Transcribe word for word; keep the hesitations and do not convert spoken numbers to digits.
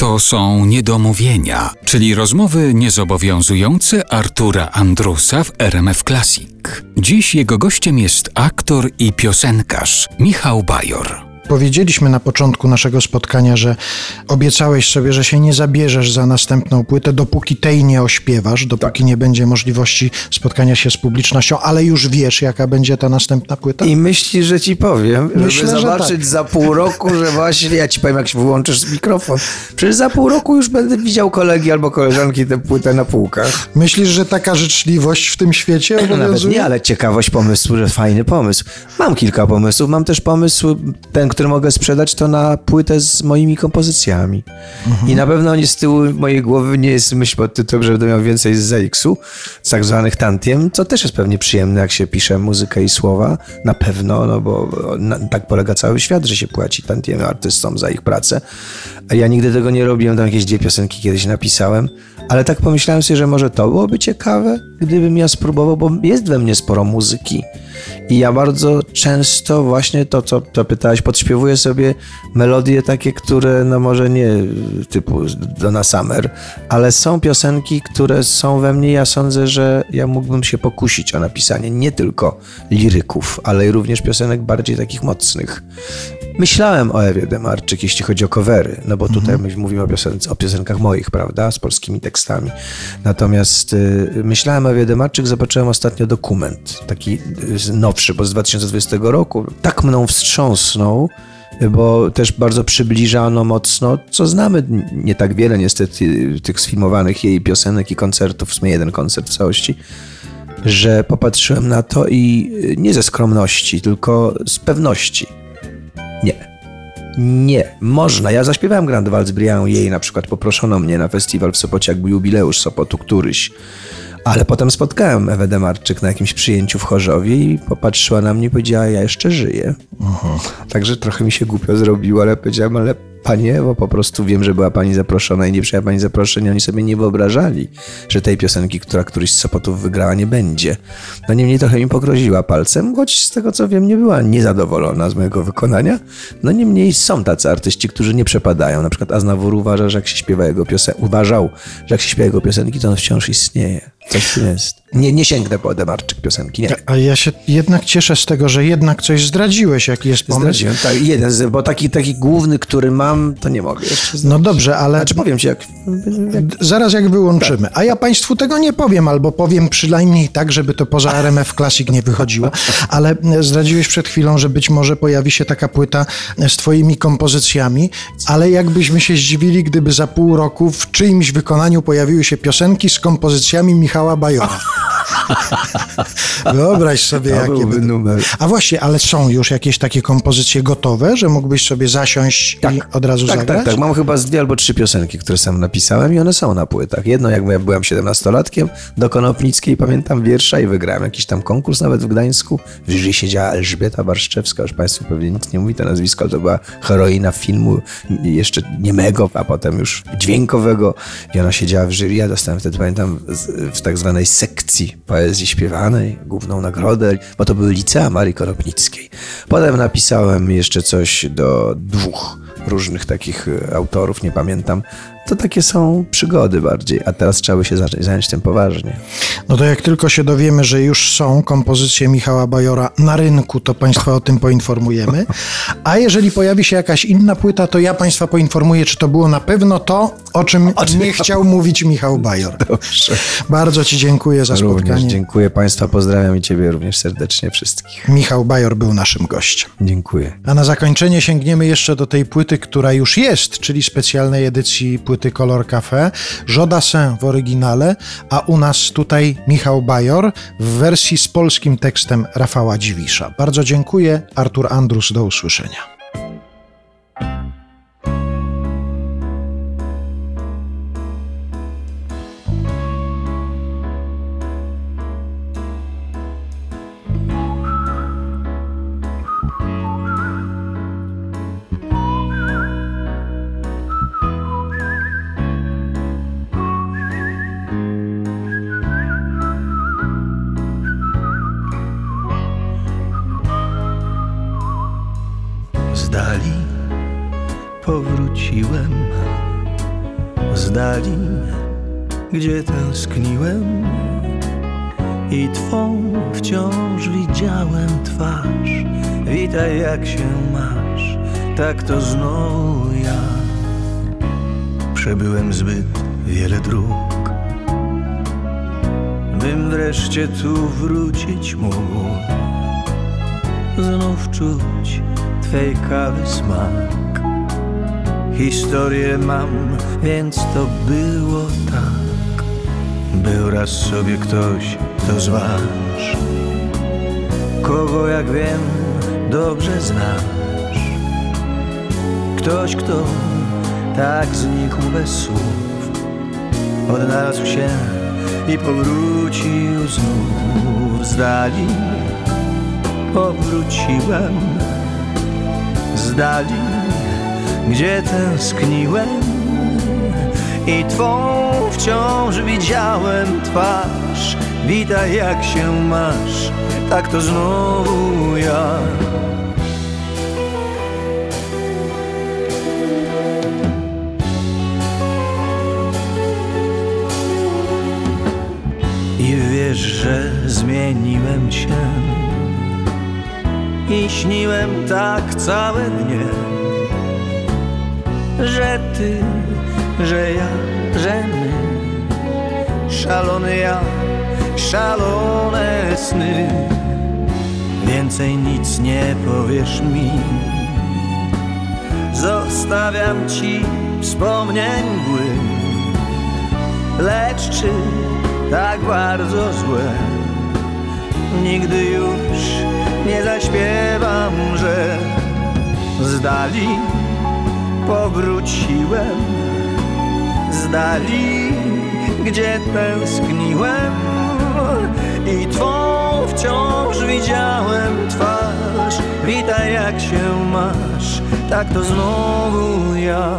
To są niedomówienia, czyli rozmowy niezobowiązujące Artura Andrusa w R M F Classic. Dziś jego gościem jest aktor i piosenkarz Michał Bajor. Powiedzieliśmy na początku naszego spotkania, że obiecałeś sobie, że się nie zabierzesz za następną płytę, dopóki tej nie ośpiewasz, dopóki tak. nie będzie możliwości spotkania się z publicznością, ale już wiesz, jaka będzie ta następna płyta? I myślisz, że ci powiem, Myślę, żeby zobaczyć tak. za pół roku, że właśnie, ja ci powiem, jak się wyłączysz mikrofon, przecież za pół roku już będę widział kolegi albo koleżanki tę płytę na półkach. Myślisz, że taka życzliwość w tym świecie obowiązuje? Nawet nie, ale ciekawość pomysłu, że fajny pomysł. Mam kilka pomysłów, mam też pomysł, ten, który mogę sprzedać, to na płytę z moimi kompozycjami. Mhm. I na pewno nie z tyłu mojej głowy nie jest myśl pod tytułem, że będę miał więcej z Z X-u, z tak zwanych tantiem, co też jest pewnie przyjemne, jak się pisze muzykę i słowa. Na pewno, no bo na, tak polega cały świat, że się płaci tantiemy artystom za ich pracę. A ja nigdy tego nie robiłem, tam jakieś dwie piosenki kiedyś napisałem, ale tak pomyślałem sobie, że może to byłoby ciekawe, gdybym ja spróbował, bo jest we mnie sporo muzyki. I ja bardzo często właśnie to, co to pytałeś, podśpiewuję sobie melodie takie, które no może nie typu Donna Summer, ale są piosenki, które są we mnie. Ja sądzę, że ja mógłbym się pokusić o napisanie nie tylko liryków, ale i również piosenek bardziej takich mocnych. Myślałem o Ewie Demarczyk, jeśli chodzi o covery, no bo tutaj mhm. mówimy o, piosen- o piosenkach moich, prawda, z polskimi tekstami. Natomiast y, myślałem o Ewie Demarczyk, zobaczyłem ostatnio dokument, taki y, nowszy, bo z dwa tysiące dwudziestego roku. Tak mną wstrząsnął, bo też bardzo przybliżano mocno, co znamy nie tak wiele niestety tych sfilmowanych jej piosenek i koncertów, w sumie jeden koncert w całości, że popatrzyłem na to i nie ze skromności, tylko z pewności. Nie. Nie. Można. Ja zaśpiewałem Grand Waltz Briand jej, na przykład poproszono mnie na festiwal w Sopocie, jak był jubileusz Sopotu któryś. Ale potem spotkałem Ewę Demarczyk na jakimś przyjęciu w Chorzowie i popatrzyła na mnie i powiedziała, ja jeszcze żyję. Uh-huh. Także trochę mi się głupio zrobiło, ale powiedziałem, ale pani Ewo, po prostu wiem, że była pani zaproszona i nie przyjęła pani zaproszenia. Oni sobie nie wyobrażali, że tej piosenki, która któryś z Sopotów wygrała, nie będzie. No niemniej trochę mi pogroziła palcem, choć z tego co wiem nie była niezadowolona z mojego wykonania. No niemniej są tacy artyści, którzy nie przepadają. Na przykład Aznavour uważa, że jak się śpiewa jego piosenki, uważał, że jak się śpiewa jego piosenki, to on wciąż istnieje. Coś tu jest. Nie, nie sięgnę po Demarczyk piosenki, nie. A ja się jednak cieszę z tego, że jednak coś zdradziłeś, jaki jest pomysł. Zdradziłem, tak, jeden, bo taki, taki główny, który mam, to nie mogę jeszcze zdradzić. No dobrze, ale... Znaczy powiem ci, jak... jak... Zaraz jak wyłączymy. Tak. A ja państwu tego nie powiem, albo powiem przynajmniej tak, żeby to poza R M F Classic nie wychodziło. Ale zdradziłeś przed chwilą, że być może pojawi się taka płyta z twoimi kompozycjami, ale jakbyśmy się zdziwili, gdyby za pół roku w czyimś wykonaniu pojawiły się piosenki z kompozycjami Michała Bajora. Wyobraź sobie, to jakie by... numer. A właśnie, ale są już jakieś takie kompozycje gotowe, że mógłbyś sobie zasiąść tak, i od razu tak, zagrać? Tak, tak. Mam chyba z dwie albo trzy piosenki, które sam napisałem i one są na płytach. Jedno, jak ja byłem siedemnastolatkiem, do Konopnickiej, pamiętam wiersza i wygrałem jakiś tam konkurs nawet w Gdańsku. W jury siedziała Elżbieta Barszczewska, już państwu pewnie nic nie mówi to nazwisko, ale to była heroina filmu jeszcze niemego, a potem już dźwiękowego i ona siedziała w jury. Ja dostałem wtedy, pamiętam, w tak zwanej sekcji poezji śpiewanej, główną nagrodę, bo to były licea Marii Konopnickiej. Potem napisałem jeszcze coś do dwóch różnych takich autorów, nie pamiętam. To takie są przygody bardziej, a teraz trzeba by się zacząć zająć tym poważnie. No to jak tylko się dowiemy, że już są kompozycje Michała Bajora na rynku, to państwa o tym poinformujemy. A jeżeli pojawi się jakaś inna płyta, to ja państwa poinformuję, czy to było na pewno to, o czym o czym nie chciał mówić Michał Bajor. Dobrze. Bardzo ci dziękuję za również spotkanie. Dziękuję państwa, pozdrawiam i ciebie również serdecznie wszystkich. Michał Bajor był naszym gościem. Dziękuję. A na zakończenie sięgniemy jeszcze do tej płyty, która już jest, czyli specjalnej edycji płyty Color Café, Jodassin w oryginale, a u nas tutaj Michał Bajor w wersji z polskim tekstem Rafała Dziwisza. Bardzo dziękuję. Artur Andrus, do usłyszenia. Z dali powróciłem z dali, gdzie tęskniłem i Twą wciąż widziałem twarz. Witaj, jak się masz, tak to znowu ja. Przebyłem zbyt wiele dróg, bym wreszcie tu wrócić mógł. Znów czuć Twej kawy smak. Historię mam, więc to było tak. Był raz sobie ktoś, kto zważ, kogo, jak wiem, dobrze znasz. Ktoś, kto tak znikł bez słów, odnalazł się i powrócił znów z dali. Powróciłem z dali, gdzie tęskniłem i Twą wciąż widziałem twarz. Witaj, jak się masz, tak to znowu ja. I wiesz, że zmieniłem się i śniłem tak całe dnie, że Ty, że ja, że my, szalony ja, szalone sny. Więcej nic nie powiesz mi, zostawiam Ci wspomnień mgły. Lecz czy tak bardzo złe? Nigdy już nie zaśpiewam, że z dali powróciłem, z dali, gdzie tęskniłem i Twą wciąż widziałem twarz. Witaj, jak się masz, tak to znowu ja.